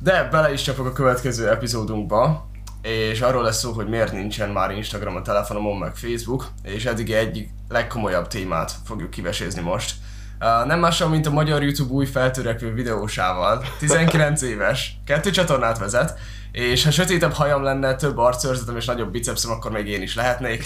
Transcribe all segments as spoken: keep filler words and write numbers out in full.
De bele is csapok a következő epizódunkba, és arról lesz szó, hogy miért nincsen már Instagram a telefonomon, meg Facebook, és eddig egyik legkomolyabb témát fogjuk kivesézni most. Uh, nem mással, mint a magyar YouTube új feltörekvő videósával, tizenkilenc éves, kettő csatornát vezet, és ha sötétebb hajam lenne, több arcőrzetem és nagyobb bicepszem, akkor még én is lehetnék.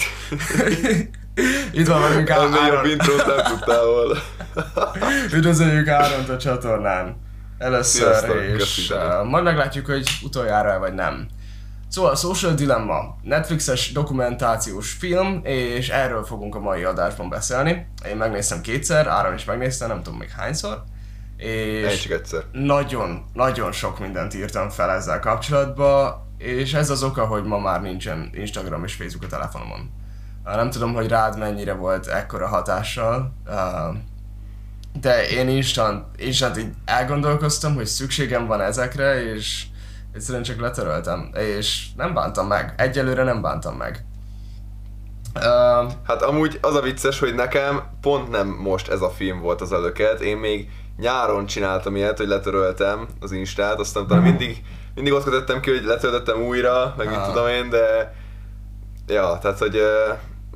Itt van velünk Áron. Ennél jobb intrót nem tudtál volna. Üdvözöljük Áront a csatornán. Először, Sziasztok, és uh, majd meglátjuk, hogy utoljára vagy nem. Szóval a Social Dilemma, Netflixes dokumentációs film, és erről fogunk a mai adásban beszélni. Én megnéztem kétszer, Áron is megnézte, nem tudom még hányszor. És csak egyszer. nagyon, nagyon sok mindent írtam fel ezzel kapcsolatban, és ez az oka, hogy ma már nincsen Instagram és Facebook a telefonomon. Nem tudom, hogy rád mennyire volt ekkora hatással, de én instant, instant így elgondolkoztam, hogy szükségem van ezekre, és egyszerűen csak letöröltem, és nem bántam meg. Egyelőre nem bántam meg. Uh, hát amúgy az a vicces, hogy nekem pont nem most ez a film volt az előket. Én még nyáron csináltam ilyet, hogy letöröltem az Instát, aztán utána mindig, mindig ott kötöttem ki, hogy letöltöttem újra, meg uh. mit tudom én, de... Ja, tehát hogy... Uh,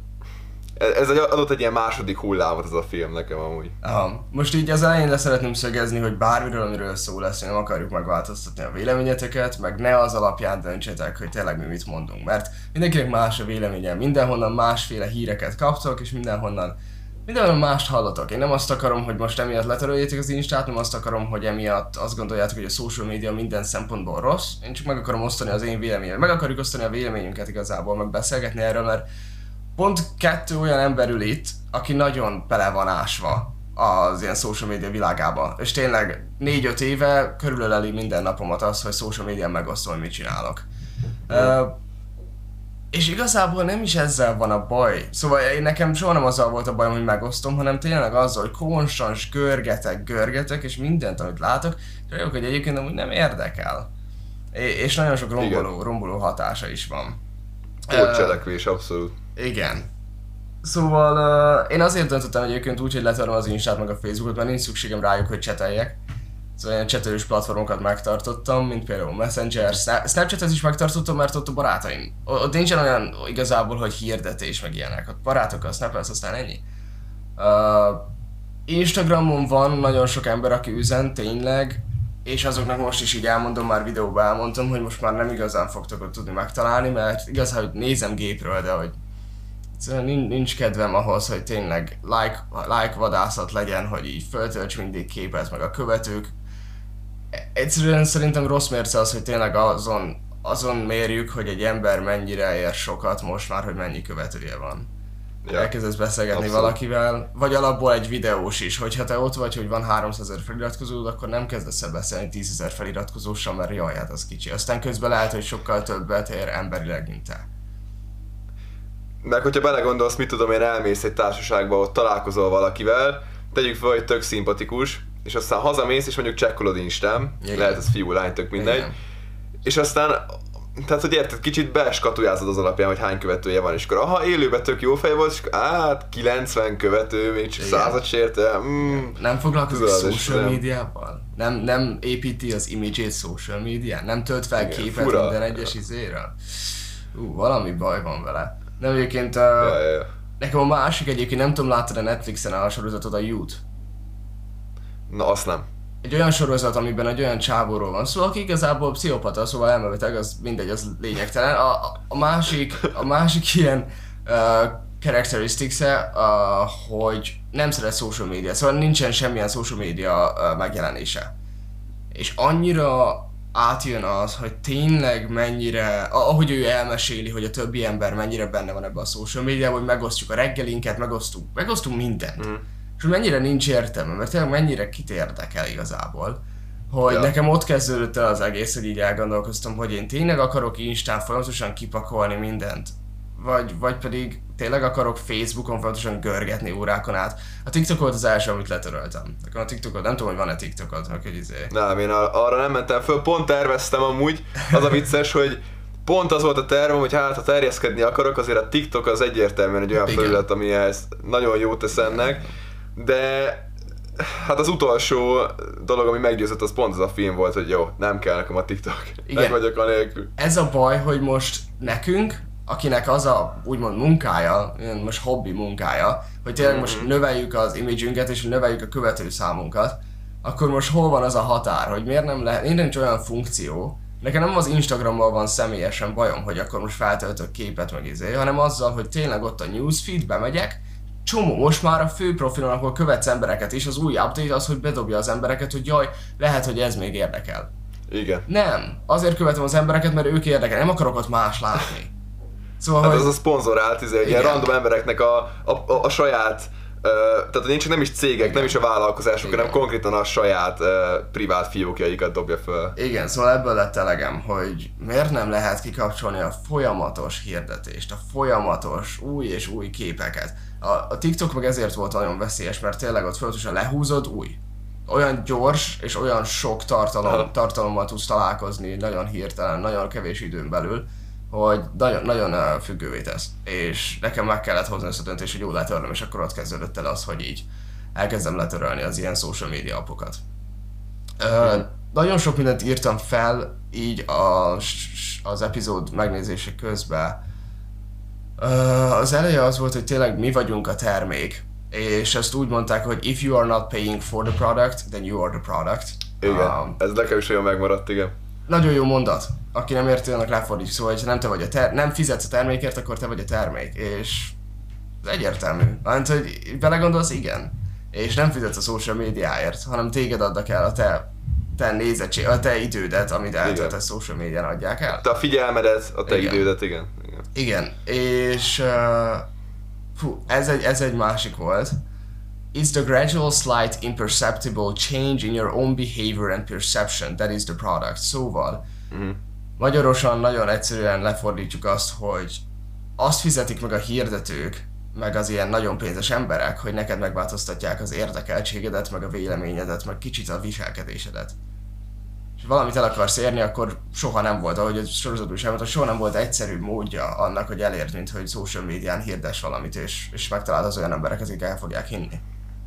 ez adott egy ilyen második hullámot ez a film nekem amúgy. Aha. Most így az elején le szeretném szögezni, hogy bármiről, amiről szó lesz, hogy nem akarjuk megváltoztatni a véleményeteket, meg ne az alapján döntsétek, hogy tényleg mi mit mondunk, mert mindenkinek más a véleménye, mindenhonnan másféle híreket kaptok, és mindenhonnan, mindenhonnan mást hallotok. Én nem azt akarom, hogy most emiatt letöröljétek az Instát, nem azt akarom, hogy emiatt azt gondoljátok, hogy a social media minden szempontból rossz, én csak meg akarom osztani az én véleményemet, meg akarjuk osztani a véleményünket igazából, meg beszélgetni erről, mert pont kettő olyan ember ül itt, aki nagyon bele van ásva az ilyen social media világába. És tényleg négy-öt éve körülöleli minden napomat az, hogy social médián megosztom, hogy mit csinálok. Mm. Uh, és igazából nem is ezzel van a baj. Szóval én nekem soha nem azzal volt a bajom, hogy megosztom, hanem tényleg azzal, hogy konstans görgetek, görgetek, és mindent, amit látok, és rájuk, hogy egyébként amúgy nem érdekel. És nagyon sok romboló, romboló hatása is van. Túlcselekvés, abszolút. Igen. Szóval uh, én azért döntöttem egyébként úgy, hogy letöröm az Instát meg a Facebookot, mert nincs szükségem rájuk, hogy cseteljek. Szóval ilyen csetelős platformokat megtartottam, mint például Messenger, Snap- Snapchatet is megtartottam, mert ott a barátaim. Ott nincsen olyan igazából, hogy hirdetés meg ilyenek. Ott barátokkal snapelsz, aztán ennyi. Uh, Instagramon van nagyon sok ember, aki üzen, tényleg. És azoknak most is így elmondom, már videóban elmondtam, hogy most már nem igazán fogtok ott tudni megtalálni, mert igazán, hogy nézem gépről, de hogy nincs, nincs kedvem ahhoz, hogy tényleg like, like vadászat legyen, hogy így föltölts mindig képet, meg a követők. Egyszerűen szerintem rossz mérce az, hogy tényleg azon, azon mérjük, hogy egy ember mennyire ér sokat most már, hogy mennyi követője van. Ja, elkezdesz beszélgetni abszolút valakivel, vagy alapból egy videós is, hogyha te ott vagy, hogy van háromszázezer feliratkozód, akkor nem kezdesz el beszélni tízezer feliratkozóssal, mert jaj, hát az kicsi. Aztán közben lehet, hogy sokkal többet ér emberileg, mint te. Meg hogyha belegondolsz, mit tudom én, elmész egy társaságba, ott találkozol valakivel, tegyük fel, hogy tök szimpatikus, és aztán hazamész, és mondjuk csekkolod Instán, lehet ez fiú, lány, tök mindegy, igen. És aztán tehát, hogy érted, kicsit beskatujázod az alapján, hogy hány követője van, és akkor aha, élőben tök jó fej volt, és akkor hát kilencven követő, még csak százat sérte. Mm, nem foglalkozik social médiával? Nem, nem építi az image-ét social médián? Nem tölt fel igen, képet fura minden egyes izéről? Ú, valami baj van vele. Nem egyébként, uh, ja, ja, ja. Nekem a másik egyébként, nem tudom, láttad a Netflixen a sorozatot, a Youth? Na, azt nem. Egy olyan sorozat, amiben egy olyan csávóról van szó, aki igazából pszichopata, szóval elmebeteg, az mindegy, az lényegtelen. A, a, másik, a másik ilyen uh, characteristics-e, uh, hogy nem szeret social media, szóval nincsen semmilyen social media uh, megjelenése. És annyira átjön az, hogy tényleg mennyire, ahogy ő elmeséli, hogy a többi ember mennyire benne van ebben a social médiában, hogy megosztjuk a reggelinket, megosztunk, megosztunk mindent. Mm. És mennyire nincs értelme, mert tényleg mennyire kit érdekel igazából, hogy ja. Nekem ott kezdődött el az egész, hogy így elgondolkoztam, hogy én tényleg akarok Instán folyamatosan kipakolni mindent, vagy, vagy pedig tényleg akarok Facebookon folyamatosan görgetni órákon át. A TikTok volt az első, amit letöröltem. Nekem a TikTokot, nem tudom, hogy van-e TikTokod, meg hogy izé. Nem, én arra nem mentem föl, pont terveztem amúgy, az a vicces, hogy pont az volt a tervem, hogy hát ha terjeszkedni akarok, azért a TikTok az egyértelműen egy olyan felület, amihez nagyon jó tesz ennek. De Hát az utolsó dolog, ami meggyőzött, az pont az a film volt, hogy jó, nem kell nekem a TikTok. Igen. Meg vagyok anélkül. Ez a baj, hogy most nekünk, akinek az a úgymond munkája, most hobbi munkája, hogy tényleg mm-hmm. most növeljük az image-ünket és növeljük a követőszámunkat, akkor most hol van az a határ, hogy miért nem lehet, miért nincs olyan funkció, nekem nem az Instagrammal van személyesen bajom, hogy akkor most feltöltök képet meg izé, hanem azzal, hogy tényleg ott a newsfeedbe megyek, csomó, most már a fő profilon, ahol követsz embereket is, az új update az, hogy bedobja az embereket, hogy jaj, lehet, hogy ez még érdekel. Igen. Nem, azért követem az embereket, mert ők érdekel, nem akarok ott más látni. Szóval, hát hogy... az a szponzorált, izé, ilyen random embereknek a, a, a, a saját, uh, tehát nincs nem is cégek, igen. nem is a vállalkozások, igen. hanem konkrétan a saját uh, privát fiókjaikat dobja föl. Igen, szóval ebből lett elegem, hogy miért nem lehet kikapcsolni a folyamatos hirdetést, a folyamatos új és új képeket. A, a TikTok meg ezért volt nagyon veszélyes, mert tényleg ott folyamatosan lehúzod új. Olyan gyors és olyan sok tartalom, tartalommal tudsz találkozni nagyon hirtelen, nagyon kevés időn belül, hogy nagyon, nagyon függővé tesz. És nekem meg kellett hozni ezt a döntést, hogy jó, letörlöm, és akkor ott kezdődött el az, hogy így elkezdem letörölni az ilyen social media appokat. Mm. Uh, nagyon sok mindent írtam fel így a, az epizód megnézése közben. Uh, az eleje az volt, hogy tényleg mi vagyunk a termék, és ezt úgy mondták, hogy if you are not paying for the product, then you are the product. Igen, um, ez nekem is olyan megmaradt, igen. Nagyon jó mondat. Aki nem érti, annak lefordítjuk, szóval, hogy nem te vagy a ter- nem fizetsz a termékért, akkor te vagy a termék, és ez egyértelmű. Mert hogy belegondolsz, igen. És nem fizetsz a social médiáért, hanem téged adnak el a te, te nézettség, a te idődet, amit eltöltesz social médián, adják el. Te a figyelmedet, a te igen. idődet, igen. Igen, igen. És uh, fú, ez egy, ez egy másik volt. It's the gradual, slight, imperceptible change in your own behavior and perception that is the product. Szóval, mm-hmm. magyarosan nagyon egyszerűen lefordítjuk azt, hogy azt fizetik meg a hirdetők, meg az ilyen nagyon pénzes emberek, hogy neked megváltoztatják az érdekeltségedet, meg a véleményedet, meg kicsit a viselkedésedet. És ha valamit el akarsz érni, akkor soha nem volt, ahogy a sorozatban is elmondta, soha nem volt egyszerű módja annak, hogy elérd, mint hogy social médián hirdess valamit, és, és megtaláld az olyan embereket, akik el fogják hinni.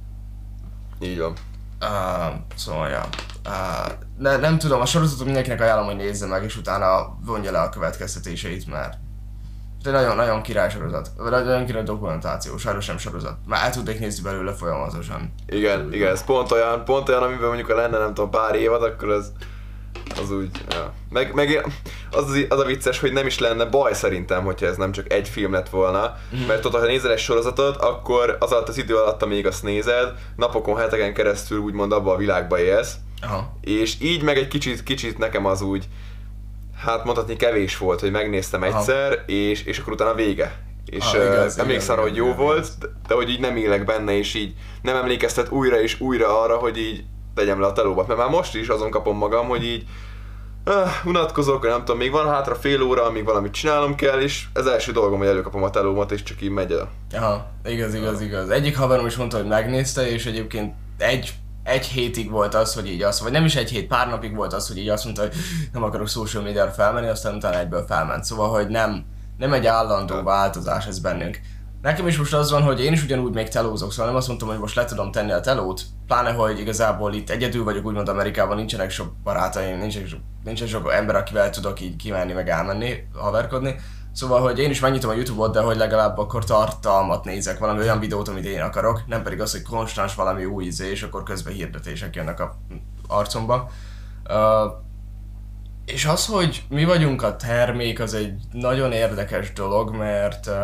Így van. Uh, szóval, ja. Uh, ne, nem tudom, a sorozatot mindenkinek ajánlom, hogy nézze meg, és utána vonja le a következtetéseit, mert de nagyon-nagyon király sorozat, vagy nagyon király dokumentáció, sajnos nem sorozat. Már el tudnék nézni belőle folyamatosan. Igen, igen, ez pont olyan, pont olyan, amiben mondjuk ha lenne nem tudom pár évad, akkor az, az úgy, ja. Meg, meg az, az a vicces, hogy nem is lenne baj szerintem, hogyha ez nem csak egy film lett volna, mm. mert ott, ha nézel egy sorozatot, akkor az alatt az idő alatt, amíg azt nézed, napokon, heteken keresztül úgymond abba a világba élsz. Aha. És így meg egy kicsit, kicsit nekem az úgy, hát mondhatni kevés volt, hogy megnéztem egyszer, és, és akkor utána vége. És ah, igaz, emlékszem arra, hogy jó igaz, volt, igaz. De hogy így nem élek benne, és így nem emlékeztet újra és újra arra, hogy így tegyem le a telóbat. Mert már most is azon kapom magam, hogy így uh, unatkozok, nem tudom, még van hátra fél óra, amíg valamit csinálnom kell, és ez első dolgom, hogy előkapom a telómat, és csak így megy el. Aha, igaz, igaz, igaz. Egyik haverom is mondta, hogy megnézte, és egyébként egy egy hétig volt az, hogy így azt, vagy nem is egy hét, pár napig volt az, hogy így azt mondta, hogy nem akarok social médiára felmenni, aztán utána egyből felment. Szóval, hogy nem, nem egy állandó változás ez bennünk. Nekem is most az van, hogy én is ugyanúgy még telózok, szóval nem azt mondtam, hogy most le tudom tenni a telót, pláne, hogy igazából itt egyedül vagyok, úgymond Amerikában, nincsenek sok barátaim, nincsen, nincsen sok ember, akivel tudok így kimenni, meg elmenni, haverkodni. Szóval, hogy én is megnyitom a YouTube-ot, de hogy legalább akkor tartalmat nézek, valami olyan videót, amit én akarok, nem pedig az, hogy konstans valami új izé, és akkor közben hirdetések jönnek a arcomba. Uh, és az, hogy mi vagyunk a termék, az egy nagyon érdekes dolog, mert uh,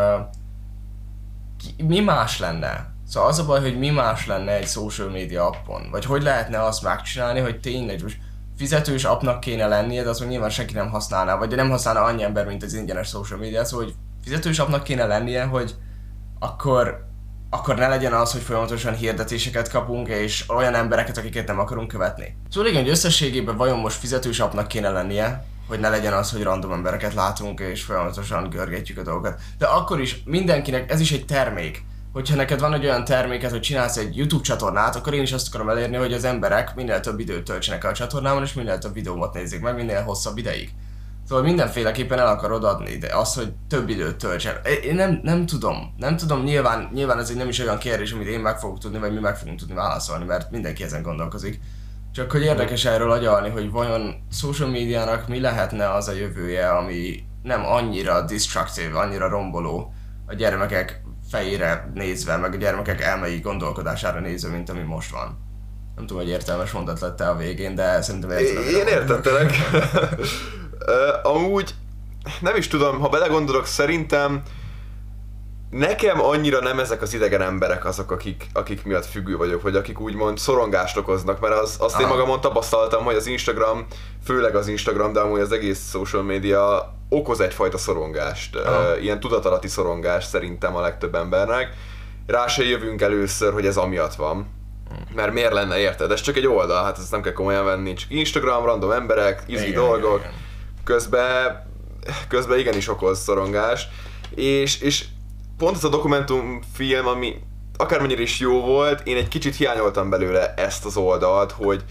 ki, mi más lenne? Szóval az a baj, hogy mi más lenne egy social media appon, vagy hogy lehetne azt megcsinálni, hogy tényleg most fizetős appnak kéne lennie, de azt mondjuk nyilván senki nem használná, vagy nem használna annyi ember, mint az ingyenes social media, szóval hogy fizetős appnak kéne lennie, hogy akkor, akkor ne legyen az, hogy folyamatosan hirdetéseket kapunk, és olyan embereket, akiket nem akarunk követni. Szóval igen, hogy összességében vajon most fizetős appnak kéne lennie, hogy ne legyen az, hogy random embereket látunk, és folyamatosan görgetjük a dolgokat. De akkor is mindenkinek, ez is egy termék. Hogyha neked van egy olyan terméket, hogy csinálsz egy YouTube csatornát, akkor én is azt akarom elérni, hogy az emberek minél több időt töltsenek el a csatornámon, és minél több videómat nézzék meg, minél hosszabb ideig. Szóval mindenféleképpen el akarod adni, de az, hogy több időt tölts el. Én nem, nem tudom, nem tudom, nyilván, nyilván ez egy nem is olyan kérdés, amit én meg fogok tudni, vagy mi meg fogunk tudni válaszolni, mert mindenki ezen gondolkozik. Csak hogy érdekes erről agyalni, hogy vajon social médiának mi lehetne az a jövője, ami nem annyira destructive, annyira romboló a gyermekek fejére nézve, meg a gyermekek elmei gondolkodására nézve, mint ami most van. Nem tudom, hogy értelmes mondat lett a végén, de szerintem értelmes. Én értettelek. uh, amúgy nem is tudom, ha belegondolok, szerintem nekem annyira nem ezek az idegen emberek azok, akik, akik miatt függő vagyok, vagy akik úgymond szorongást okoznak, mert az, azt én magamon tapasztaltam, hogy az Instagram, főleg az Instagram, de amúgy az egész social media okoz egyfajta szorongást, uh, ilyen tudatalatti szorongást szerintem a legtöbb embernek. Rá se jövünk először, hogy ez amiatt van. Mert miért lenne, érted? Ez csak egy oldal, hát ezt nem kell komolyan venni, csak Instagram, random emberek, izgi igen, dolgok, igen, igen. Közben, közben igenis okoz szorongást, és, és pont ez a dokumentumfilm, ami akármennyire is jó volt, én egy kicsit hiányoltam belőle ezt az oldalt, hogy,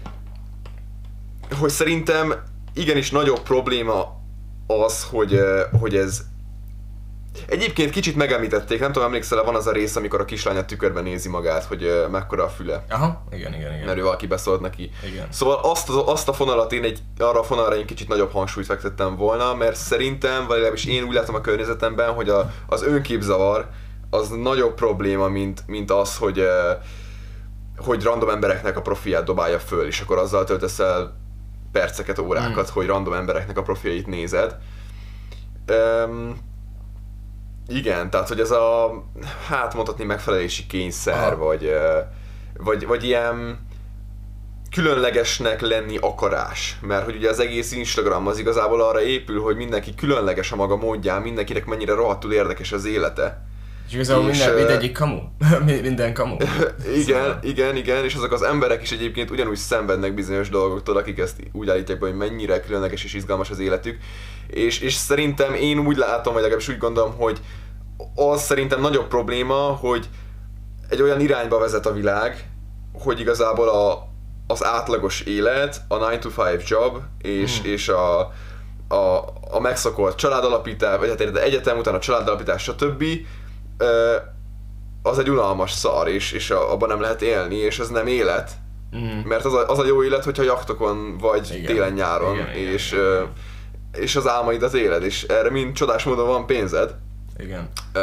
hogy szerintem igenis nagyobb probléma az, hogy, hogy ez egyébként kicsit megemlítették, nem tudom, emlékszel, van az a rész, amikor a kislány a tükörben nézi magát, hogy uh, mekkora a füle. Aha, igen, igen, igen. Mert ő valaki beszólt neki. Igen. Szóval azt, az, azt a fonalat én egy, arra a fonalra én kicsit nagyobb hangsúlyt fektettem volna, mert szerintem, vagy legalábbis én úgy látom a környezetemben, hogy a, az önképzavar az nagyobb probléma, mint, mint az, hogy, uh, hogy random embereknek a profilját dobálja föl, és akkor azzal töltesz el perceket, órákat, mm. hogy random embereknek a profiljait nézed. Um, Igen, tehát hogy ez a, hát mondhatni megfelelési kényszer, vagy, vagy, vagy ilyen különlegesnek lenni akarás. Mert hogy ugye az egész Instagram az igazából arra épül, hogy mindenki különleges a maga módján, mindenkinek mennyire rohadtul érdekes az élete. És igazából és minden, mindegyik kamu? Minden kamu? Igen, szóval. igen, igen, és azok az emberek is egyébként ugyanúgy szenvednek bizonyos dolgoktól, akik ezt úgy állítják be, hogy mennyire különleges és izgalmas az életük. És, és szerintem én úgy látom, vagy legalábbis úgy gondolom, hogy az szerintem nagyobb probléma, hogy egy olyan irányba vezet a világ, hogy igazából a, az átlagos élet, a nine to five job, és, hmm. és a, a, a megszokott családalapítás, vagy hát egyetem után a családalapítás, stb. Az egy unalmas szar, és, és abban nem lehet élni, és ez nem élet. Mm. Mert az a, az a jó élet, hogyha jachtokon vagy télen-nyáron, igen, és, igen, igen. és az álmaidat éled, és erre mind csodás módon van pénzed. Igen. Uh,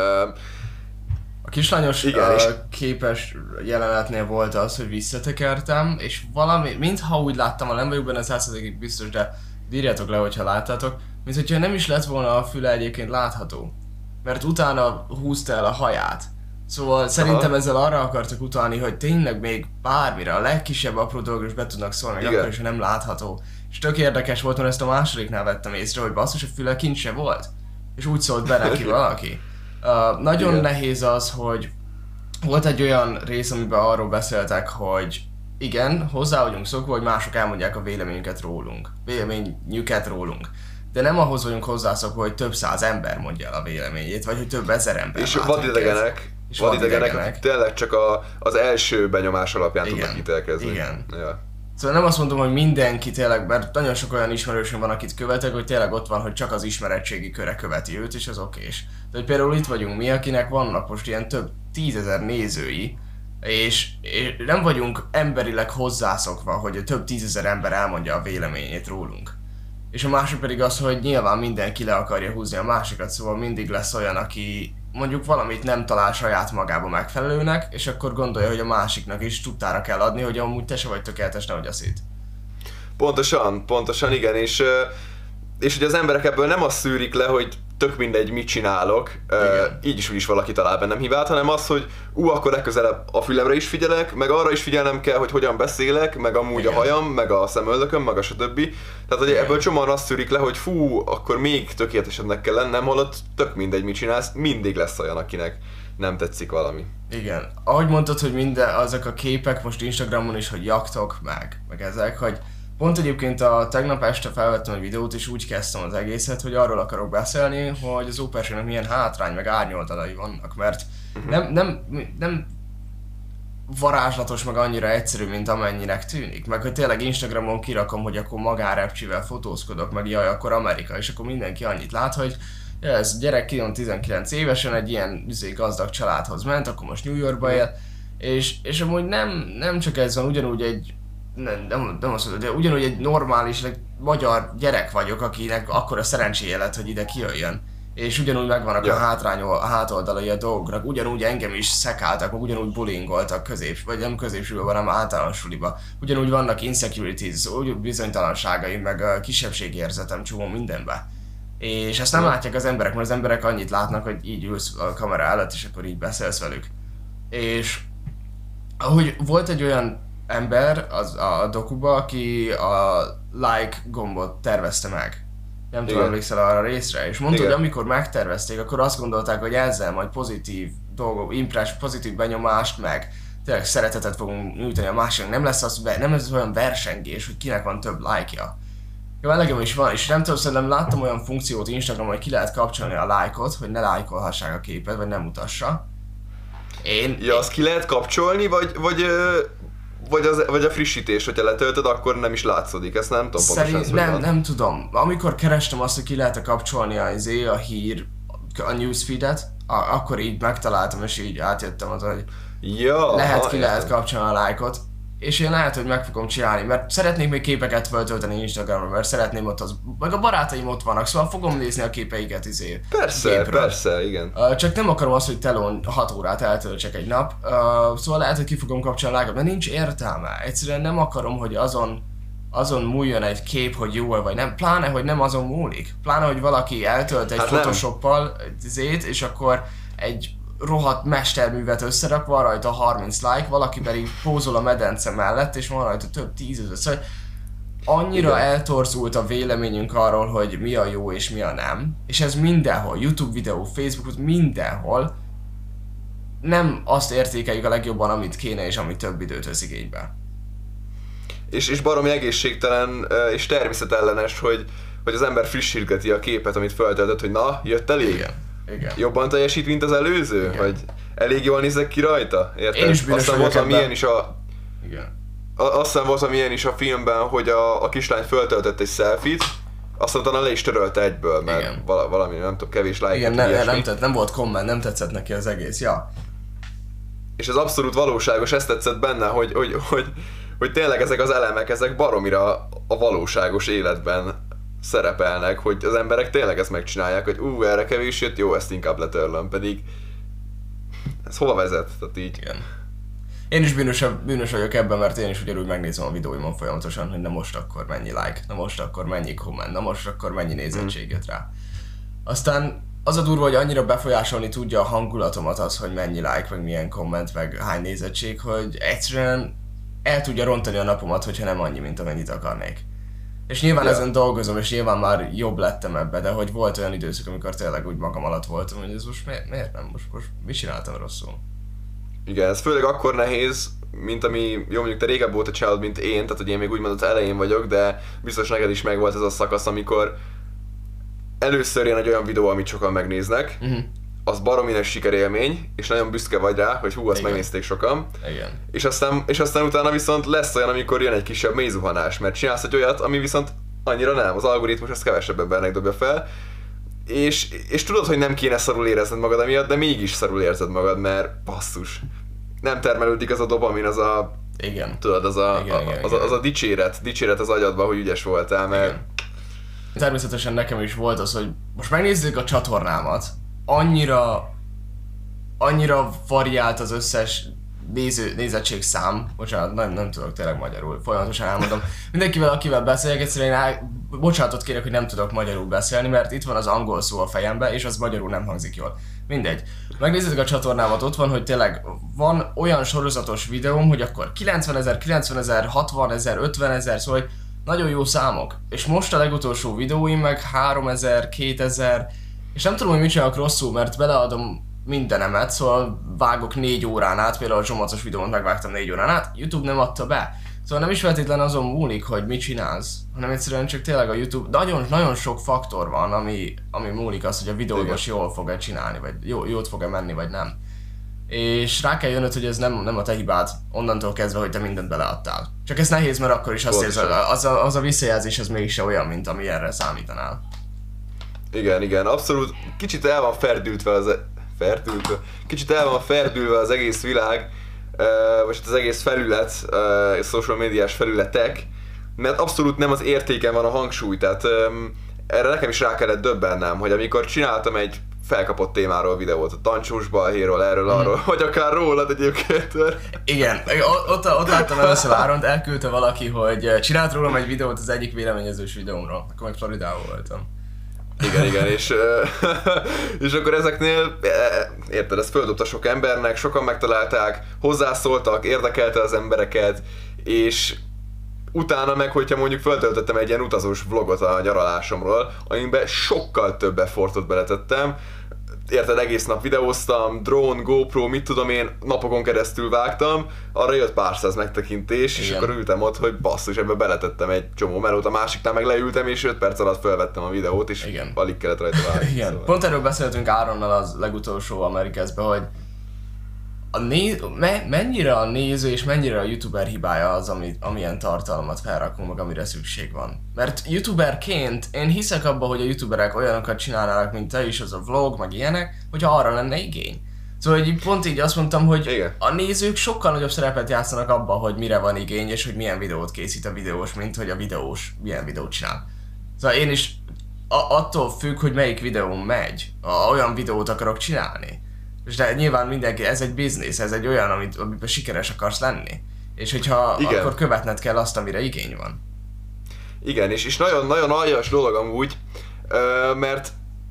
a kislányos igen, uh, és... képes jelenetnél volt az, hogy visszatekertem, és valami, mintha úgy láttam, ha nem vagyok benne százszerzalékig biztos, de írjátok le, hogyha láttátok, mint hogyha nem is lett volna a füle egyébként látható. Mert utána húzta el a haját. Szóval szerintem Aha. ezzel arra akartak utalni, hogy tényleg még bármire, a legkisebb apró dolgok is be tudnak szólni, akkor is, ha nem látható. És tök érdekes volt, mert ezt a másodiknál vettem észre, hogy basszus, a füle kint se volt. És úgy szólt be neki valaki. Uh, nagyon igen. nehéz az, hogy volt egy olyan rész, amiben arról beszéltek, hogy igen, hozzá vagyunk szokva, hogy mások elmondják a véleményüket rólunk. Véleményüket rólunk. De nem ahhoz vagyunk hozzászokva, hogy több száz ember mondja el a véleményét, vagy hogy több ezer ember. És vadidegenek, és vadidegenek tényleg csak a, az első benyomás alapján igen. tudnak ítélkezni. Igen. Ja. Szóval nem azt mondom, hogy mindenki tényleg, mert nagyon sok olyan ismerősöm van, akit követek, hogy tényleg ott van, hogy csak az ismeretségi köre követi őt, és az okés. De hogy például itt vagyunk mi, akinek vannak most ilyen több tízezer nézői, és, és nem vagyunk emberileg hozzászokva, hogy több tízezer ember elmondja a véleményét rólunk. És a másik pedig az, hogy nyilván mindenki le akarja húzni a másikat, szóval mindig lesz olyan, aki mondjuk valamit nem talál saját magába megfelelőnek, és akkor gondolja, hogy a másiknak is tudtára kell adni, hogy amúgy te se vagy tökéletes, nehogy azt hidd. Pontosan, pontosan igen, és, és ugye az emberek ebből nem azt szűrik le, hogy tök mindegy, mit csinálok, igen. így is úgy is valaki talál bennem hibát, hanem az, hogy ú, akkor legközelebb a fülemre is figyelek, meg arra is figyelnem kell, hogy hogyan beszélek, meg amúgy igen. a hajam, meg a szemöldököm, meg a stb. Tehát, hogy igen. ebből csomóan azt szűrik le, hogy fú, akkor még tökéletesebbnek kell lennem, holott tök mindegy, mit csinálsz, mindig lesz olyan, akinek nem tetszik valami. Igen. Ahogy mondtad, hogy minden, azok a képek most Instagramon is, hogy jaktok meg, meg ezek, hogy pont egyébként a tegnap este felvettem egy videót, és úgy kezdtem az egészet, hogy arról akarok beszélni, hogy az óperségnek milyen hátrány, meg árnyoldalai vannak, mert uh-huh. nem, nem, nem, varázslatos, meg annyira egyszerű, mint amennyinek tűnik. Meg hogy tényleg Instagramon kirakom, hogy akkor magárepcsivel fotózkodok, meg jaj, akkor Amerika, és akkor mindenki annyit lát, hogy ja, ez gyerek kijön tizenkilenc évesen, egy ilyen izé, gazdag családhoz ment, akkor most New Yorkba él, és, és amúgy nem, nem csak ez van, ugyanúgy egy nem, nem, nem azt mondom, de ugyanúgy egy normális, magyar gyerek vagyok, akinek akkora szerencséje lett, hogy ide kijöjjön. És ugyanúgy megvannak ja. a hátrány, a hátoldalai a dolgoknak, ugyanúgy engem is szekáltak, meg ugyanúgy bullyingoltak közép, vagy nem középsúlyban, hanem általános suliba. Ugyanúgy vannak insecurities, úgy bizonytalanságaim, meg a kisebbségérzetem csomó mindenbe. És ezt nem ja. látják az emberek, mert az emberek annyit látnak, hogy így ülsz a kamera előtt, és akkor így beszélsz velük. És ahogy volt egy olyan ember az a dokuba, aki a like gombot tervezte meg. Nem tudom, emlékszel arra a részre, és mondta, hogy amikor megtervezték, akkor azt gondolták, hogy ezzel majd pozitív dolgok, impress, pozitív benyomást, meg tényleg szeretetet fogunk nyújtani a másiknak. Nem lesz az, nem lesz olyan versengés, hogy kinek van több like-ja. Jó, elegem is van, és nem tudom, szerintem láttam olyan funkciót Instagramon, hogy ki lehet kapcsolni a like-ot, hogy ne lájkolhassák a képet, vagy nem mutassa. Én... Ja, azt ki lehet kapcsolni, vagy, vagy, vagy, az, vagy a frissítés, hogyha letöltöd, akkor nem is látszódik, ezt nem tudom Szerint, pontosan. Nem, nem tudom. Amikor kerestem azt, hogy ki lehet kapcsolni a, a hír, a newsfeedet, akkor így megtaláltam, és így átjöttem az, hogy ja, lehet ha, ki értem. lehet kapcsolni a like-ot. És én lehet, hogy meg fogom csinálni, mert szeretnék még képeket feltölteni Instagramra, mert szeretném ott az... Meg a barátaim ott vannak, szóval fogom nézni a képeiket izé. Persze, gépről. Persze, igen. Uh, csak nem akarom azt, hogy telón hat órát eltöltsek egy nap, uh, szóval lehet, hogy ki fogom kapcsolni a like-ot, mert nincs értelme. Egyszerűen nem akarom, hogy azon, azon múljon egy kép, hogy jó vagy nem. Pláne, hogy nem azon múlik. Pláne, hogy valaki eltölt egy hát Photoshoppal zét, és akkor egy rohadt mesterművet összerak, van rajta harminc like, valaki pedig pózol a medence mellett, és van rajta több tízezer. Szóval annyira igen. eltorzult a véleményünk arról, hogy mi a jó és mi a nem, és ez mindenhol, YouTube videó, Facebook, mindenhol nem azt értékeljük a legjobban, amit kéne és ami több időt vesz igénybe. És, és baromi egészségtelen és természetellenes, hogy, hogy az ember frissítgeti a képet, amit feltöltött, hogy na, jött elég? Igen. Igen. Jobban teljesít, mint az előző? Igen. Vagy elég jól nézek ki rajta? Érted? Én is bűnös Aztán volt milyen is a... Igen. Aztán volt milyen is a filmben, hogy a, a kislány föltöltött egy selfie-t, aztán utána le is törölte egyből, mert igen. vala, valami, nem tudom, kevés like. Igen, ne, nem, tett, nem volt komment, nem tetszett neki az egész, ja. És ez abszolút valóságos, ezt tetszett benne, hogy, hogy, hogy, hogy tényleg ezek az elemek, ezek baromira a valóságos életben szerepelnek, hogy az emberek tényleg ezt megcsinálják, hogy ú, erre kevés jött, jó, ezt inkább letörlöm, pedig ez hova vezet? Tehát így. Igen. Én is bűnös, bűnös vagyok ebben, mert én is ugyanúgy megnézem a videóimon folyamatosan, hogy na most akkor mennyi like, na most akkor mennyi komment, na most akkor mennyi nézettség jött rá. Aztán az a durva, hogy annyira befolyásolni tudja a hangulatomat az, hogy mennyi like, meg milyen komment, meg hány nézettség, hogy egyszerűen el tudja rontani a napomat, hogyha nem annyi, mint amennyit akarnék. És nyilván ja. ezen dolgozom, és nyilván már jobb lettem ebbe, de hogy volt olyan időszak, amikor tényleg úgy magam alatt voltam, hogy ez most miért, miért nem, most, most mit csináltam rosszul? Igen, ez főleg akkor nehéz, mint ami, jó mondjuk te régebb óta csinálod, mint én, tehát hogy én még úgymond az elején vagyok, de biztos neked is megvolt ez a szakasz, amikor először jön egy olyan videó, amit sokan megnéznek, uh-huh. az baromi nagy sikerélmény, és nagyon büszke vagy rá, hogy hú, azt igen. megnézték sokan. Igen. És aztán, és aztán utána viszont lesz olyan, amikor jön egy kisebb mélyzuhanás, mert csinálsz egy olyat, ami viszont annyira nem, az algoritmus ezt kevesebb embernek dobja fel, és, és tudod, hogy nem kéne szarul érezned magad emiatt, de mégis szarul érzed magad, mert basszus, nem termelődik az a dopamin, az a... Igen. Tudod, az a, igen, a, igen, az, a, az a dicséret, dicséret az agyadba, hogy ügyes voltál, mert... Igen. Természetesen nekem is volt az, hogy most megnézzük a csatornámat, annyira, annyira variált az összes néző, nézettség szám, bocsánat, nem, nem tudok tényleg magyarul, folyamatosan elmondom. Mindenkivel, akivel beszéljek, egyszerűen el, bocsánatot kérek, hogy nem tudok magyarul beszélni, mert itt van az angol szó a fejembe, és az magyarul nem hangzik jól. Mindegy. Megnézzük a csatornámat, ott van, hogy tényleg van olyan sorozatos videóm, hogy akkor kilencvenezer, kilencvenezer, hatvanezer, ötvenezer, szóval hogy nagyon jó számok. És most a legutolsó videóim meg háromezer, kétezer, és nem tudom, hogy mit csinálok rosszul, mert beleadom mindenemet, szóval vágok négy órán át, például a zsomacos videómat megvágtam négy órán át, YouTube nem adta be. Szóval nem is feltétlen azon múlik, hogy mit csinálsz, hanem egyszerűen csak tényleg a YouTube, nagyon, nagyon sok faktor van, ami, ami múlik az, hogy a videót most jól fog-e csinálni, vagy jó, jót fog-e menni, vagy nem. és rá kell jönnöd, hogy ez nem, nem a te hibád onnantól kezdve, hogy te mindent beleadtál. Csak ez nehéz, mert akkor is azt érzed, az a, az a visszajelzés az mégis olyan, mint ami erre számítanál. Igen, igen, abszolút kicsit el van ferdültve az... E- ferdültve? Kicsit el van ferdülve az egész világ, uh, vagy az egész felület, uh, social médiás felületek, mert abszolút nem az értéken van a hangsúly, tehát um, erre nekem is rá kellett döbbennem, hogy amikor csináltam egy felkapott témáról videót, a tancsós balhéról, erről, mm. arról, vagy akár rólad egyébként. Igen, ott, ott láttam először Áront, elküldte valaki, hogy csinált rólam egy videót az egyik véleményezős videómról, akkor meg Floridában voltam. Igen, igen, és, és akkor ezeknél, érted, ez földobta sok embernek, sokan megtalálták, hozzászóltak, érdekelte az embereket, és utána meg, hogyha mondjuk feltöltöttem egy ilyen utazós vlogot a nyaralásomról, amiben sokkal több effortot beletettem, érted, egész nap videóztam, drone, GoPro, mit tudom én, napokon keresztül vágtam, arra jött pár száz megtekintés, és igen. Akkor ültem ott, hogy basszus, ebbe beletettem egy csomó melót, a másiknál meg leültem, és öt perc alatt felvettem a videót, és igen. Alig kellett rajta vágni. Igen. Szóval. Pont erről beszéltünk Áronnal az legutolsó Amerikaszben, hogy a né- me- mennyire a néző és mennyire a youtuber hibája az, ami, amilyen tartalmat felrakunk meg, amire szükség van. Mert youtuberként én hiszek abba, hogy a youtuberek olyanokat csinálnának, mint te is, az a vlog, meg ilyenek, hogyha arra lenne igény. Szóval így pont így azt mondtam, hogy igen. A nézők sokkal nagyobb szerepet játszanak abba, hogy mire van igény, és hogy milyen videót készít a videós, mint hogy a videós milyen videót csinál. Szóval én is a- attól függ, hogy melyik videón megy, a- olyan videót akarok csinálni. De nyilván mindenki, ez egy biznisz, ez egy olyan, amit, amiben sikeres akarsz lenni. És hogyha igen. Akkor követned kell azt, amire igény van. Igen, és, és nagyon-nagyon aljas dolog amúgy, mert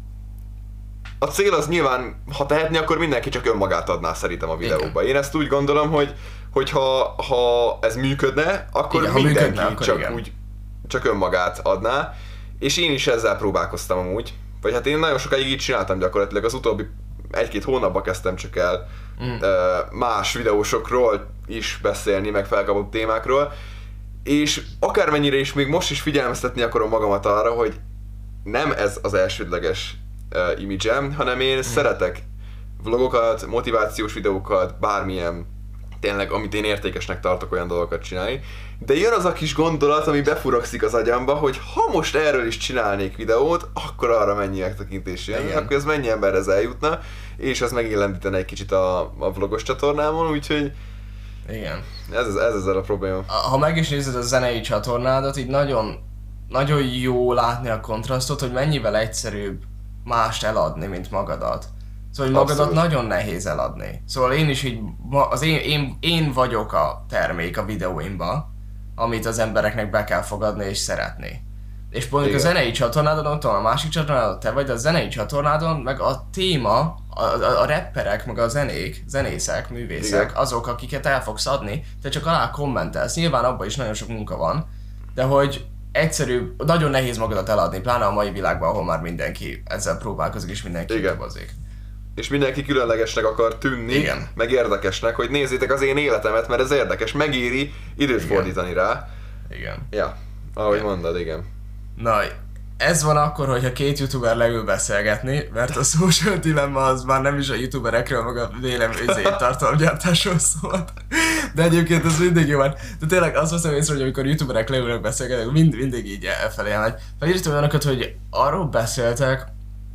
a cél az nyilván, ha tehetni, akkor mindenki csak önmagát adná szerintem a videóba. Igen. Én ezt úgy gondolom, hogy, hogy ha, ha ez működne, akkor igen, mindenki működne, akkor csak, úgy, csak önmagát adná. És én is ezzel próbálkoztam amúgy. Vagy hát én nagyon sokáig így csináltam gyakorlatilag, az utóbbi egy-két hónapban kezdtem csak el mm. más videósokról is beszélni, meg felkapott témákról, és akármennyire is még most is figyelmeztetni akarom magamat arra, hogy nem ez az elsődleges uh, imidzsem, hanem én mm. szeretek vlogokat, motivációs videókat, bármilyen tényleg, amit én értékesnek tartok, olyan dolgokat csinálni. De jön az a kis gondolat, ami befurakszik az agyamba, hogy ha most erről is csinálnék videót, akkor arra mennyi megtekintés jön, igen. Akkor ez mennyi emberhez eljutna, és ez megillendítene egy kicsit a, a vlogos csatornámon, úgyhogy igen. Ez, ez, ez ezzel a probléma. Ha meg is nézed a zenei csatornádat, így nagyon, nagyon jó látni a kontrasztot, hogy mennyivel egyszerűbb mást eladni, mint magadat. Szóval hogy magadat abszolút. Nagyon nehéz eladni. Szóval én is így, az én, én, én vagyok a termék a videóimba, amit az embereknek be kell fogadni és szeretni. És mondjuk igen. A zenei csatornádon, ott van a másik csatornádon, te vagy, de a zenei csatornádon, meg a téma, a, a, a rapperek, meg a zenék, zenészek, művészek, igen. Azok, akiket el fogsz adni, te csak alá kommentelsz. Nyilván abban is nagyon sok munka van, de hogy egyszerűbb, nagyon nehéz magadat eladni, pláne a mai világban, ahol már mindenki ezzel próbálkozik és mindenki kitabazik. És mindenki különlegesnek akar tűnni, igen. Meg érdekesnek, hogy nézzétek az én életemet, mert ez érdekes, megéri időt igen. Fordítani rá. Igen. Ja, ahogy igen. Mondod, igen. Na, ez van akkor, hogyha két youtuber leül beszélgetni, mert a social dilemma az már nem is a youtuberekről, meg a véleményzét tartalomgyártásról szólt. De egyébként ez mindig jó van. De tényleg azt veszem észre, hogy amikor youtuberek leülnek beszélgetni, mind, mindig így elfelé megy. Felírtam olyanokat, hogy arról beszéltek,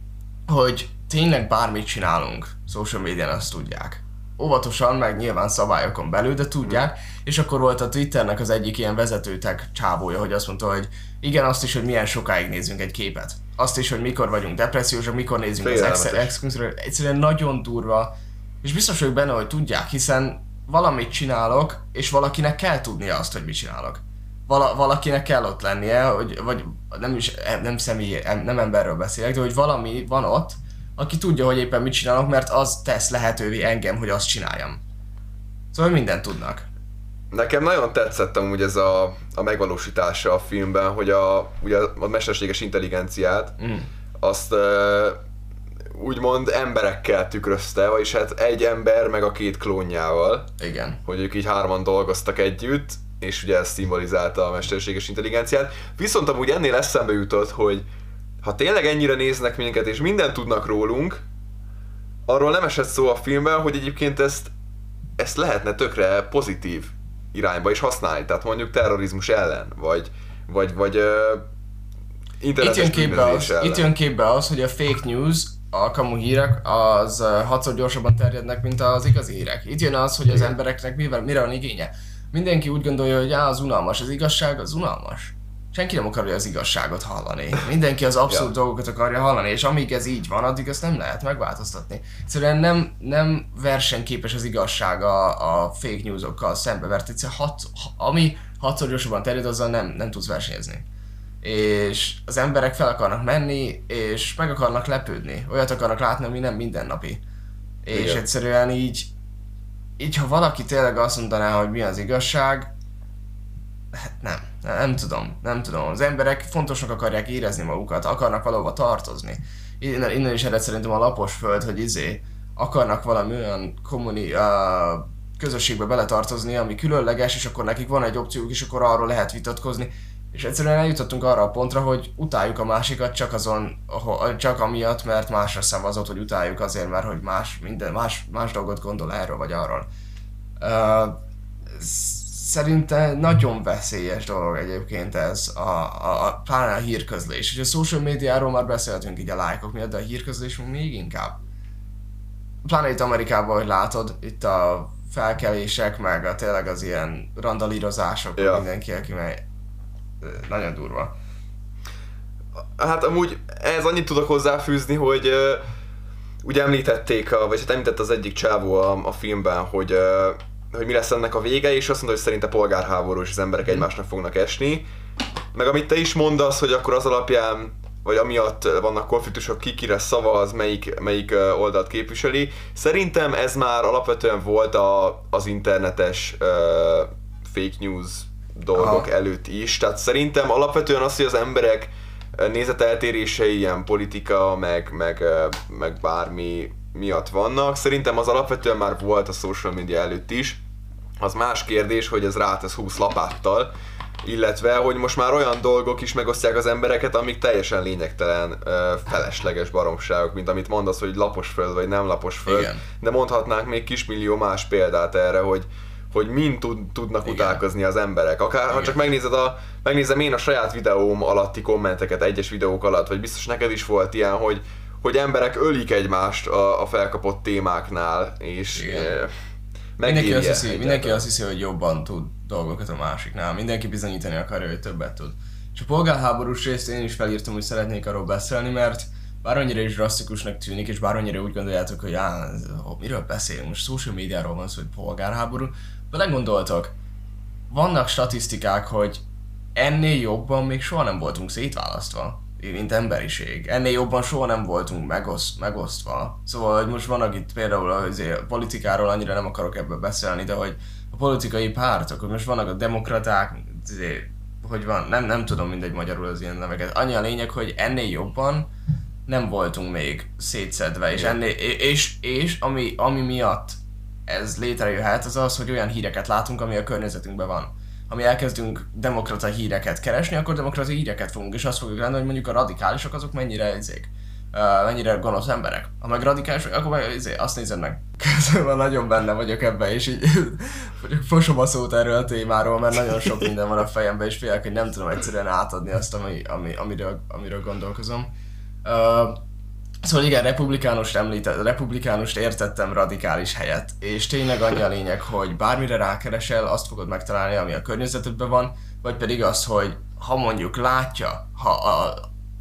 hogy tényleg bármit csinálunk social médián, azt tudják. Óvatosan, meg nyilván szabályokon belül, de tudják, mm. És akkor volt a Twitternek az egyik ilyen vezetőtek csávója, hogy azt mondta, hogy igen, azt is, hogy milyen sokáig nézünk egy képet. Azt is, hogy mikor vagyunk depressziósak, mikor nézzünk az exkluszról. Egyszerűen nagyon durva, és biztos vagyok benne, hogy tudják, hiszen valamit csinálok, és valakinek kell tudnia azt, hogy mit csinálok. Vala, valakinek kell ott lennie, hogy, vagy nem is, nem személy, nem emberről beszélek, de hogy valami van ott, aki tudja, hogy éppen mit csinálok, mert az tesz lehetővé engem, hogy azt csináljam. Szóval mindent tudnak. Nekem nagyon tetszett amúgy ez a, a megvalósítása a filmben, hogy a, ugye a mesterséges intelligenciát, mm. azt uh, úgymond emberekkel tükrözte, vagyis hát egy ember meg a két klónjával. Igen. Hogy ők így hárman dolgoztak együtt, és ugye ez szimbolizálta a mesterséges intelligenciát. Viszont amúgy ennél eszembe jutott, hogy ha tényleg ennyire néznek minket és mindent tudnak rólunk, arról nem esett szó a filmben, hogy egyébként ezt, ezt lehetne tökre pozitív irányba is használni, tehát mondjuk terrorizmus ellen, vagy, vagy, vagy uh, internetes bűnözés ellen. Itt jön képbe az, hogy a fake news, a kamu hírek, az uh, hatszor gyorsabban terjednek, mint az igazi hírek. Itt jön az, hogy az Igen. embereknek mivel, mire van igénye. Mindenki úgy gondolja, hogy á, az unalmas, az igazság, az unalmas. Senki nem akarja az igazságot hallani. Mindenki az abszolút ja. dolgokat akarja hallani, és amíg ez így van, addig ezt nem lehet megváltoztatni. Egyszerűen nem, nem versenyképes az igazság a, a fake newsokkal szembe, mert egyszer hat, ami hatszor gyorsabban terjed, azzal nem, nem tudsz versenyezni. És az emberek fel akarnak menni, és meg akarnak lepődni. Olyat akarnak látni, ami nem mindennapi. És Igen. egyszerűen így, így, ha valaki tényleg azt mondaná, hogy mi az igazság, hát nem, nem, nem tudom, nem tudom. Az emberek fontosnak akarják érezni magukat, akarnak valahova tartozni. Innen, innen is ered szerintem a lapos föld, hogy izé, akarnak valami olyan kommuni, uh, közösségbe beletartozni, ami különleges, és akkor nekik van egy opciójuk, és akkor arról lehet vitatkozni. És egyszerűen eljutottunk arra a pontra, hogy utáljuk a másikat csak azon, csak amiatt, mert másra szavazott, hogy utáljuk azért, mert hogy más, minden, más, más dolgot gondol erről vagy arról. Uh, Szerintem nagyon veszélyes dolog egyébként ez, a, a, a, pláne a hírközlés. És a social médiáról már beszéltünk így a lájkok miatt, de a hírközlés még inkább. Pláne itt Amerikában, hogy látod, itt a felkelések, meg a tényleg az ilyen randalírozások, ja. mindenki, aki meg nagyon durva. Hát amúgy ez annyit tudok hozzáfűzni, hogy uh, ugye említették, a, vagy hát említett az egyik csávó a, a filmben, hogy uh, hogy mi lesz ennek a vége, és azt mondta, hogy szerinte polgárháború, és az emberek mm. egymásnak fognak esni. Meg amit te is mondasz, hogy akkor az alapján, vagy amiatt vannak konfliktusok, ki kire szavaz, melyik, melyik oldalt képviseli. Szerintem ez már alapvetően volt a, az internetes uh, fake news dolgok Aha. előtt is. Tehát szerintem alapvetően az, hogy az emberek nézeteltérései, ilyen politika, meg, meg, meg bármi miatt vannak. Szerintem az alapvetően már volt a social media előtt is. Az más kérdés, hogy ez rátesz húsz lapáttal, illetve, hogy most már olyan dolgok is megosztják az embereket, amik teljesen lényegtelen, felesleges baromságok, mint amit mondasz, hogy lapos föld vagy nem lapos föld. Igen. De mondhatnánk még kismillió más példát erre, hogy hogy mind tud, tudnak Igen. utálkozni az emberek. Akár Igen. ha csak megnézed a, megnézem én a saját videóm alatti kommenteket, egyes videók alatt, vagy biztos neked is volt ilyen, hogy hogy emberek ölik egymást a, a felkapott témáknál, és e, mindenki, azt hiszi, mindenki azt hiszi, hogy jobban tud dolgokat a másiknál, mindenki bizonyítani akarja, hogy többet tud. És a polgárháborús részt én is felírtam, hogy szeretnék arról beszélni, mert bármennyire is drasztikusnak tűnik, és bármennyire úgy gondoljátok, hogy á, miről beszélünk, most social médiáról van szó, hogy polgárháború, belegondoltok, vannak statisztikák, hogy ennél jobban még soha nem voltunk szétválasztva, mint emberiség. Ennél jobban soha nem voltunk megoszt, megosztva. Szóval, hogy most vannak itt például a politikáról, annyira nem akarok ebből beszélni, de hogy a politikai pártok, hogy most vannak a demokraták, hogy van, nem, nem tudom mindegy magyarul az ilyen neveket. Annyi a lényeg, hogy ennél jobban nem voltunk még szétszedve, és, ennél, és, és ami, ami miatt ez létrejöhet, az az, hogy olyan híreket látunk, ami a környezetünkben van. Ha mi elkezdünk demokrata híreket keresni, akkor demokrata híreket fogunk, és azt fogjuk lenni, hogy mondjuk a radikálisok azok mennyire izék, uh, mennyire gonosz emberek. Ha meg radikálisok, akkor meg izé, azt nézed meg. Közben nagyon benne vagyok ebben, és így fosom a szót erről a témáról, mert nagyon sok minden van a fejemben, és félek, hogy nem tudom egyszerűen átadni azt, ami, ami, amiről, amiről gondolkozom. Uh, Szóval igen, republikánust említett, republikánust értettem radikális helyett, és tényleg annyi a lényeg, hogy bármire rákeresel, azt fogod megtalálni, ami a környezetedben van, vagy pedig az, hogy ha mondjuk látja, ha a,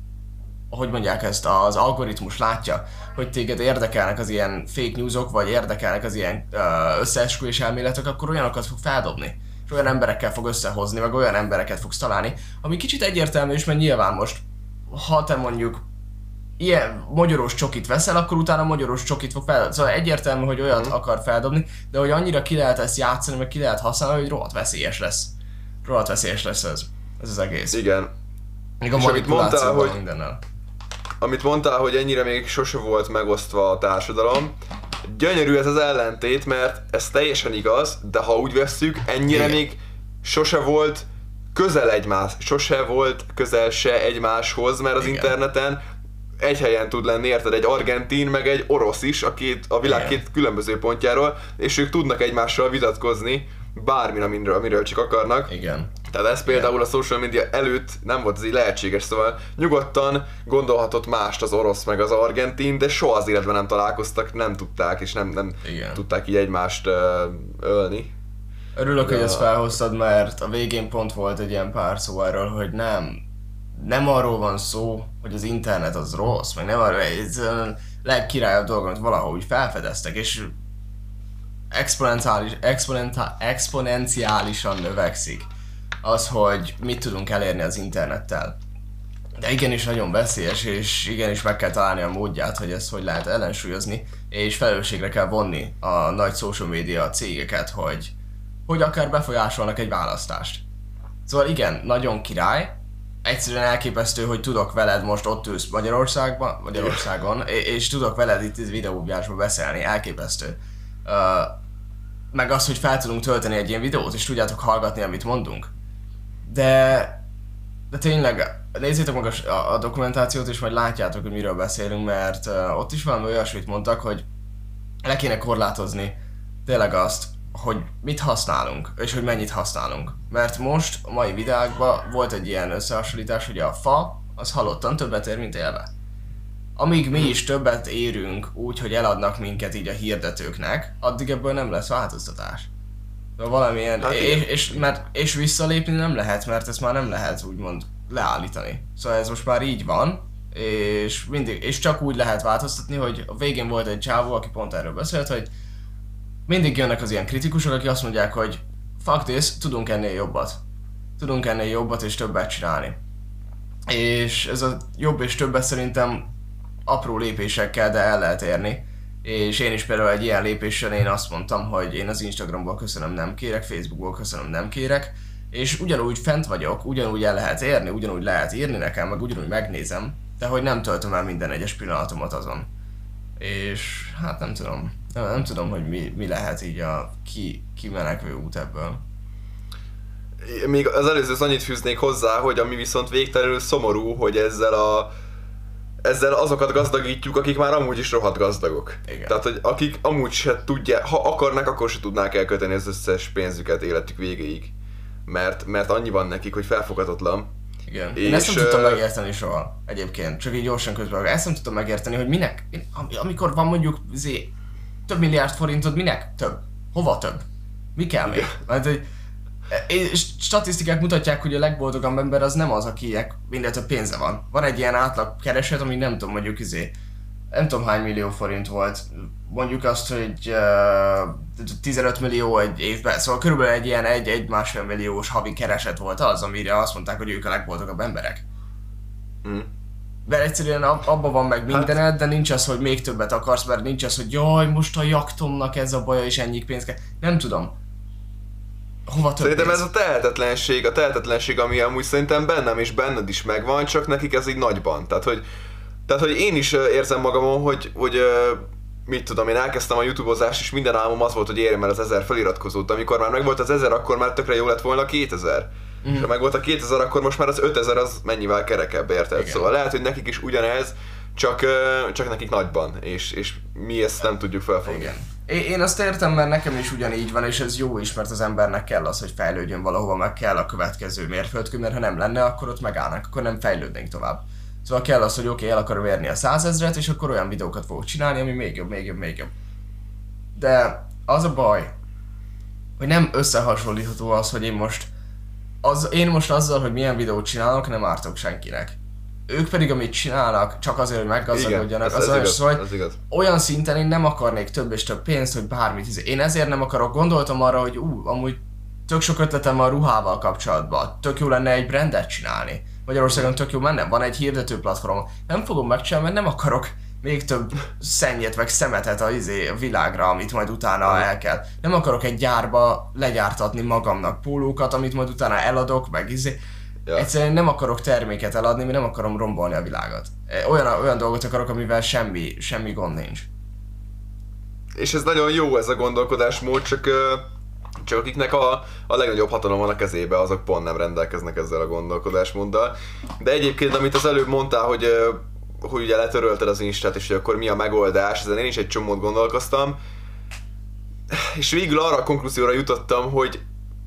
hogy mondják ezt, az algoritmus látja, hogy téged érdekelnek az ilyen fake newsok, vagy érdekelnek az ilyen összeesküvés elméletek, akkor olyanokat fog feldobni. És olyan emberekkel fog összehozni, meg olyan embereket fogsz találni, ami kicsit egyértelmű is, mert nyilván most, ha te mondjuk ilyen magyaros csokit veszel, akkor utána magyaros csokit fog feldobni. Szóval egyértelmű, hogy olyat mm. akar feldobni, de hogy annyira ki lehet ezt játszani, meg ki lehet használni, hogy rohadt veszélyes lesz. Rohadt veszélyes lesz ez. Ez az egész. Igen. Még a manipulációval hogy, mindennel. Amit mondtál, hogy ennyire még sose volt megosztva a társadalom, gyönyörű ez az ellentét, mert ez teljesen igaz, de ha úgy vesszük, ennyire Igen. még sose volt közel egymás, sose volt közel se egymáshoz, mert az Igen. interneten egy helyen tud lenni, érted, egy argentin, meg egy orosz is, a, két, a világ Igen. két különböző pontjáról, és ők tudnak egymással vitatkozni bármin, amiről, amiről csak akarnak. Igen. Tehát ez például igen. a social media előtt nem volt ez így lehetséges, szóval nyugodtan gondolhatott mást az orosz meg az argentin, de soha az életben nem találkoztak, nem tudták, és nem, nem tudták így egymást uh, ölni. Örülök, de... hogy ezt felhoztad, mert a végén pont volt egy ilyen pár szó erről, hogy nem, nem arról van szó, hogy az internet az rossz, meg nem arról, ez a legkirályabb dolog, amit valahogy felfedeztek, és exponenciális, exponenciálisan növekszik az, hogy mit tudunk elérni az internettel. De igenis nagyon veszélyes, és igenis meg kell találni a módját, hogy ezt hogy lehet ellensúlyozni, és felelősségre kell vonni a nagy social media cégeket, hogy, hogy akár befolyásolnak egy választást. Szóval igen, nagyon király, egyszerűen elképesztő, hogy tudok veled most ott ülsz Magyarországban, Magyarországon, és tudok veled itt videóvívásban beszélni, elképesztő. Uh, meg az, hogy fel tudunk tölteni egy ilyen videót, és tudjátok hallgatni, amit mondunk. De, de tényleg, nézzétek meg a, a dokumentációt, és majd látjátok, hogy miről beszélünk, mert uh, ott is valami olyasmit mondtak, hogy le kéne korlátozni tényleg azt, hogy mit használunk, és hogy mennyit használunk. Mert most, a mai világban volt egy ilyen összehasonlítás, hogy a fa, az halottan többet ér, mint élve. Amíg mi is többet érünk úgy, hogy eladnak minket így a hirdetőknek, addig ebből nem lesz változtatás. De valamilyen, hát és, és, mert, és visszalépni nem lehet, mert ezt már nem lehet úgymond leállítani. Szóval ez most már így van, és, mindig, és csak úgy lehet változtatni, hogy a végén volt egy csávó, aki pont erről beszélt, hogy mindig jönnek az ilyen kritikusok, akik azt mondják, hogy fuck this, tudunk ennél jobbat. Tudunk ennél jobbat és többet csinálni. És ez a jobb és többet szerintem apró lépésekkel, de el lehet érni. És én is például egy ilyen lépéssel én azt mondtam, hogy én az Instagramból köszönöm nem kérek, Facebookból köszönöm nem kérek, és ugyanúgy fent vagyok, ugyanúgy el lehet érni, ugyanúgy lehet írni nekem, meg ugyanúgy megnézem, de hogy nem töltöm el minden egyes pillanatomat azon. És hát nem tudom, nem, nem tudom, hogy mi, mi lehet így a ki, kimenekvő út ebből. Még az előzőt annyit fűznék hozzá, hogy ami viszont végtelenül szomorú, hogy ezzel a ezzel azokat gazdagítjuk, akik már amúgy is rohadt gazdagok. Igen. Tehát, hogy akik amúgy se tudják, ha akarnak, akkor se tudnák elkölteni az összes pénzüket életük végéig. Mert, mert annyi van nekik, hogy felfoghatatlan. Igen. Én ezt nem tudtam megérteni soha egyébként, csak így gyorsan közben. Ezt nem tudtam megérteni, hogy minek, amikor van mondjuk zé, több milliárd forintod, minek több? Hova több? Mi kell még? Mert, hogy és statisztikák mutatják, hogy a legboldogabb ember az nem az, akinek minden több pénze van. Van egy ilyen átlag kereset, ami nem tudom, mondjuk izé, nem tudom hány millió forint volt. Mondjuk azt, hogy uh, tizenöt millió egy évben, szóval körülbelül egy ilyen egy-másfél milliós havi kereset volt az, amire azt mondták, hogy ők a legboldogabb emberek. Mm. Mert egyszerűen abban van meg mindened, hát... de nincs az, hogy még többet akarsz, mert nincs az, hogy jaj, most a jaktomnak ez a baja és ennyi pénz kell. Nem tudom. Hova szerintem pénz? Ez a tehetetlenség, a tehetetlenség, ami amúgy szerintem bennem és benned is megvan, csak nekik ez így nagyban. Tehát, hogy, tehát, hogy én is érzem magamon, hogy, hogy mit tudom, én elkezdtem a YouTube-ozást, és minden álmom az volt, hogy érjem el az ezer feliratkozót. Amikor már megvolt az ezer, akkor már tökre jó lett volna a kétezer. Mm. És ha megvolt a kétezer, akkor most már az ötezer az mennyivel kerekebb, érted? Igen. Szóval lehet, hogy nekik is ugyanez, csak, csak nekik nagyban, és, és mi ezt nem tudjuk felfogni. Igen. Én azt értem, mert nekem is ugyanígy van, és ez jó is, mert az embernek kell az, hogy fejlődjön valahova, meg kell a következő mérföldkő, mert ha nem lenne, akkor ott megállnánk, akkor nem fejlődnénk tovább. Szóval kell az, hogy oké, okay, el akarom érni a százezret, és akkor olyan videókat fogok csinálni, ami még jobb, még jobb, még jobb. De az a baj, hogy nem összehasonlítható az, hogy én most, az, én most azzal, hogy milyen videót csinálok, nem ártok senkinek. Ők pedig, amit csinálnak, csak azért, hogy meggazdagodjanak, az, az, igaz, szóval, az igaz. Olyan szinten én nem akarnék több és több pénzt, hogy bármit. Én ezért nem akarok, gondoltam arra, hogy ú, amúgy tök sok ötletem van a ruhával kapcsolatban, tök jó lenne egy brandet csinálni. Magyarországon tök jó menne, van egy hirdető platform. Nem fogom megcsinálni, mert nem akarok még több szennyet, meg szemetet a, izé, a világra, amit majd utána el kell. Nem akarok egy gyárba legyártatni magamnak pólókat, amit majd utána eladok, meg izé. Ja. Egyszerűen nem akarok terméket eladni, mert nem akarom rombolni a világot. Olyan, olyan dolgot akarok, amivel semmi, semmi gond nincs. És ez nagyon jó ez a gondolkodásmód, csak, csak akiknek a, a legnagyobb hatalom van a kezébe, azok pont nem rendelkeznek ezzel a gondolkodásmóddal. De egyébként, amit az előbb mondtál, hogy hogy ugye letörölted az Instát, és hogy akkor mi a megoldás, ezen én is egy csomót gondolkoztam, és végül arra a konklúzióra jutottam, hogy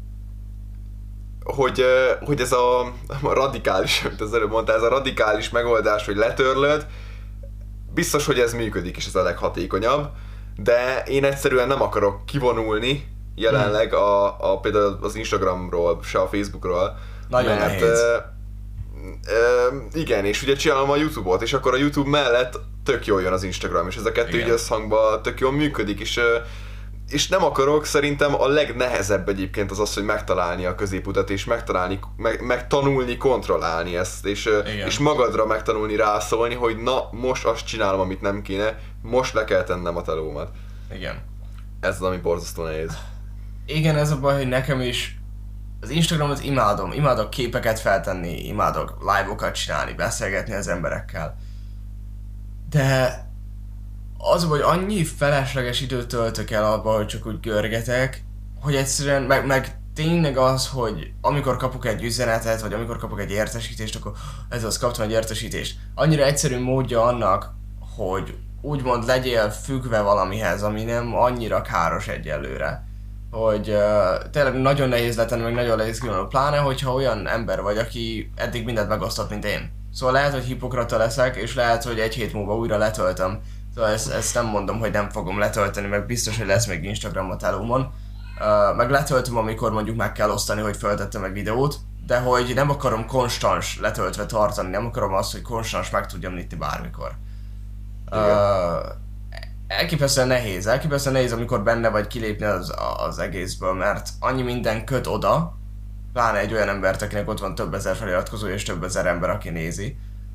hogy, hogy ez a, a radikális, amit az előbb mondtál, ez a radikális megoldás, hogy letörlöd, biztos, hogy ez működik, és ez a leghatékonyabb, de én egyszerűen nem akarok kivonulni jelenleg a, a, például az Instagramról, se a Facebookról. Nagyon mert, nehéz. Ö, ö, igen, és ugye csinálom a YouTube-ot, és akkor a YouTube mellett tök jól jön az Instagram, és ez a kettő így összhangban tök jól működik, és, és nem akarok, szerintem a legnehezebb egyébként az az, hogy megtalálni a középutat, és megtalálni, meg, megtanulni, kontrollálni ezt, és, és magadra megtanulni rászólni, hogy na, most azt csinálom, amit nem kéne, most le kell tennem a telómat. Igen. Ez az, ami borzasztó nehéz. Igen, ez a baj, hogy nekem is az Instagramot imádom, imádok képeket feltenni, imádok live-okat csinálni, beszélgetni az emberekkel. De az, hogy annyi felesleges időt töltök el abba, hogy csak úgy görgetek, hogy egyszerűen, meg, meg tényleg az, hogy amikor kapok egy üzenetet, vagy amikor kapok egy értesítést, akkor ez az, kaptam egy értesítést. Annyira egyszerű módja annak, hogy úgymond legyél függve valamihez, ami nem annyira káros egyelőre. Hogy uh, tényleg nagyon nehéz letenni, meg nagyon nehéz különböző, pláne, hogyha olyan ember vagy, aki eddig mindent megosztott, mint én. Szóval lehet, hogy hipokrata leszek, és lehet, hogy egy hét múlva újra letöltöm. Szóval ezt, ezt nem mondom, hogy nem fogom letölteni, meg biztos, hogy lesz még Instagram a telómon. Uh, meg letöltöm, amikor mondjuk meg kell osztani, hogy feltettem egy videót, de hogy nem akarom konstans letöltve tartani, nem akarom azt, hogy konstans meg tudjam nyitni bármikor. Uh, elképesztően nehéz, elképesztően nehéz, amikor benne vagy kilépni az, az egészből, mert annyi minden köt oda, pláne egy olyan embert, akinek ott van több ezer feliratkozó és több ezer ember, aki nézi.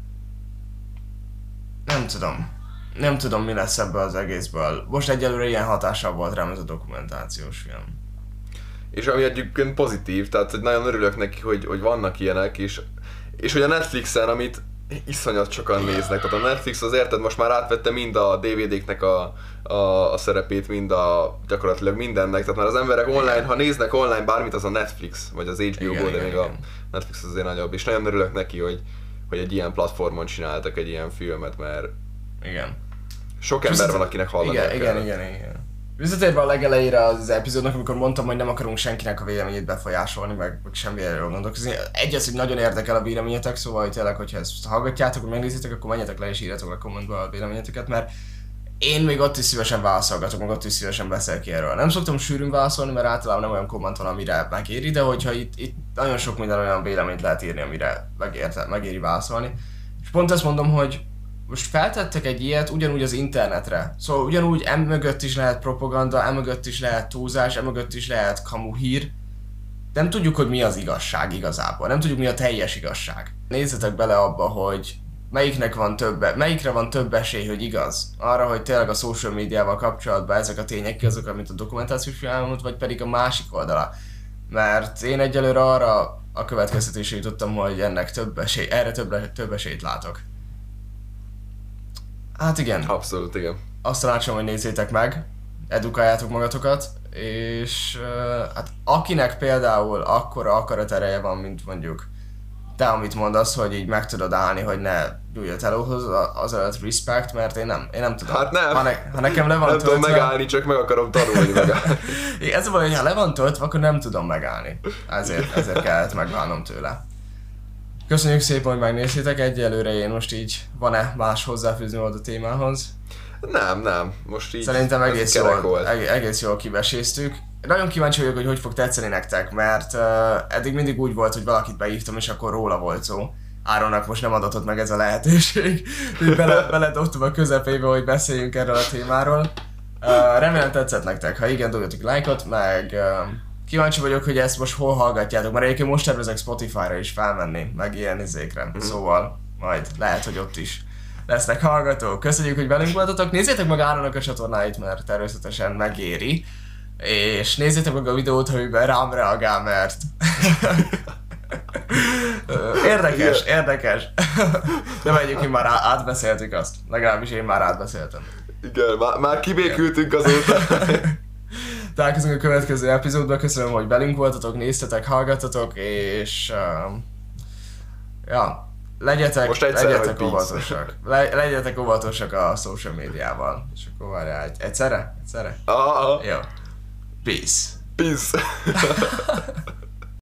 Nem tudom. Nem tudom, mi lesz ebből az egészből. Most egyelőre ilyen hatással volt rám ez a dokumentációs film. És ami egyébként pozitív, tehát hogy nagyon örülök neki, hogy, hogy vannak ilyenek, és, és hogy a Netflixen, amit iszonyat sokan néznek, tehát a Netflix az érted, most már átvette mind a dé vé dé-knek a, a, a szerepét, mind a gyakorlatilag mindennek, tehát már az emberek online, ha néznek online bármit, az a Netflix, vagy az há bé ó-ból, de még igen. A Netflix az azért nagyobb, és nagyon örülök neki, hogy, hogy egy ilyen platformon csináltak egy ilyen filmet, mert igen. Sok ember Viszont, van, akinek hallani igen, igen, igen, igen. Visszatérve a legelejére az epizódnak, amikor mondtam, hogy nem akarunk senkinek a véleményét befolyásolni, meg, meg semmiről gondolkozni. Egy az, hogy nagyon érdekel a véleményetek, szóval hogy tényleg, hogyha ezt hallgatjátok, hogy megnézitek, akkor menjetek le és írjatok a kommentbe a véleményeteket, mert én még ott is szívesen válaszolgatok, meg ott is szívesen beszélek ki erről. Nem szoktam sűrűn válaszolni, mert általában nem olyan komment van, amire megéri, de hogyha itt, itt nagyon sok minden olyan véleményt lehet írni, amire megérte, megéri válaszolni. És pont ezt mondom, hogy most feltettek egy ilyet ugyanúgy az internetre. Szóval ugyanúgy emögött is lehet propaganda, emögött is lehet túlzás, emögött is lehet kamuhír. Nem tudjuk, hogy mi az igazság igazából, nem tudjuk, mi a teljes igazság. Nézzetek bele abba, hogy melyiknek van több, melyikre van több esély, hogy igaz. Arra, hogy tényleg a social médiával kapcsolatban ezek a tények azok, amit a dokumentációs filmot, vagy pedig a másik oldala. Mert én egyelőre arra a következtetésre jutottam, hogy ennek több esély, erre több, több esélyt látok. Hát igen. Abszolút, igen. Azt tanácsolom, hogy nézzétek meg, edukáljátok magatokat, és uh, hát akinek például akkora akaratereje van, mint mondjuk te, amit mondasz, hogy így meg tudod állni, hogy ne gyújj a telóhoz, az előtt respect, mert én nem, én nem tudom. Hát nem. Ha, ne, ha nekem le van nem töltve... tudom megállni, csak meg akarom tanulni megállni. Ez a baj, hogy ha le van töltve, akkor nem tudom megállni. Ezért, ezért kellett megválnom tőle. Köszönjük szépen, hogy megnéztétek, egyelőre én most így van-e más hozzáfűzni volt a témához? Nem, nem, most így szerintem egész jól, egész jól kiveséztük. Nagyon kíváncsi vagyok, hogy hogy fog tetszeni nektek, mert uh, eddig mindig úgy volt, hogy valakit beívtam, és akkor róla volt szó. Áronnak most nem adatott meg ez a lehetőség, hogy bele, beledobtam a közepébe, hogy beszéljünk erről a témáról. Uh, remélem tetszett nektek, ha igen, dobjatok lájkot, meg uh, kíváncsi vagyok, hogy ezt most hol hallgatjátok, mert egyébként most tervezek Spotify-ra is felmenni, meg ilyen izékre, mm. Szóval majd lehet, hogy ott is lesznek hallgatók. Köszönjük, hogy velünk voltatok, nézzétek meg Áronnak a csatornáit, mert természetesen megéri. És nézzétek meg a videót, amiben rám reagál, mert érdekes, érdekes. De egyébként már átbeszéltük azt, legalábbis én már átbeszéltem. Igen, már, már kibékültünk azóta. Találkozunk a következő epizódban, köszönöm, hogy velünk voltatok, néztetek, hallgattatok, és uh, ja, legyetek, Most egyszer, legyetek hogy óvatosak. Le, legyetek óvatosak a social médiával. És akkor várjál, egy, egyszerre? Egyszerre? Aha. Jó. Peace. Peace.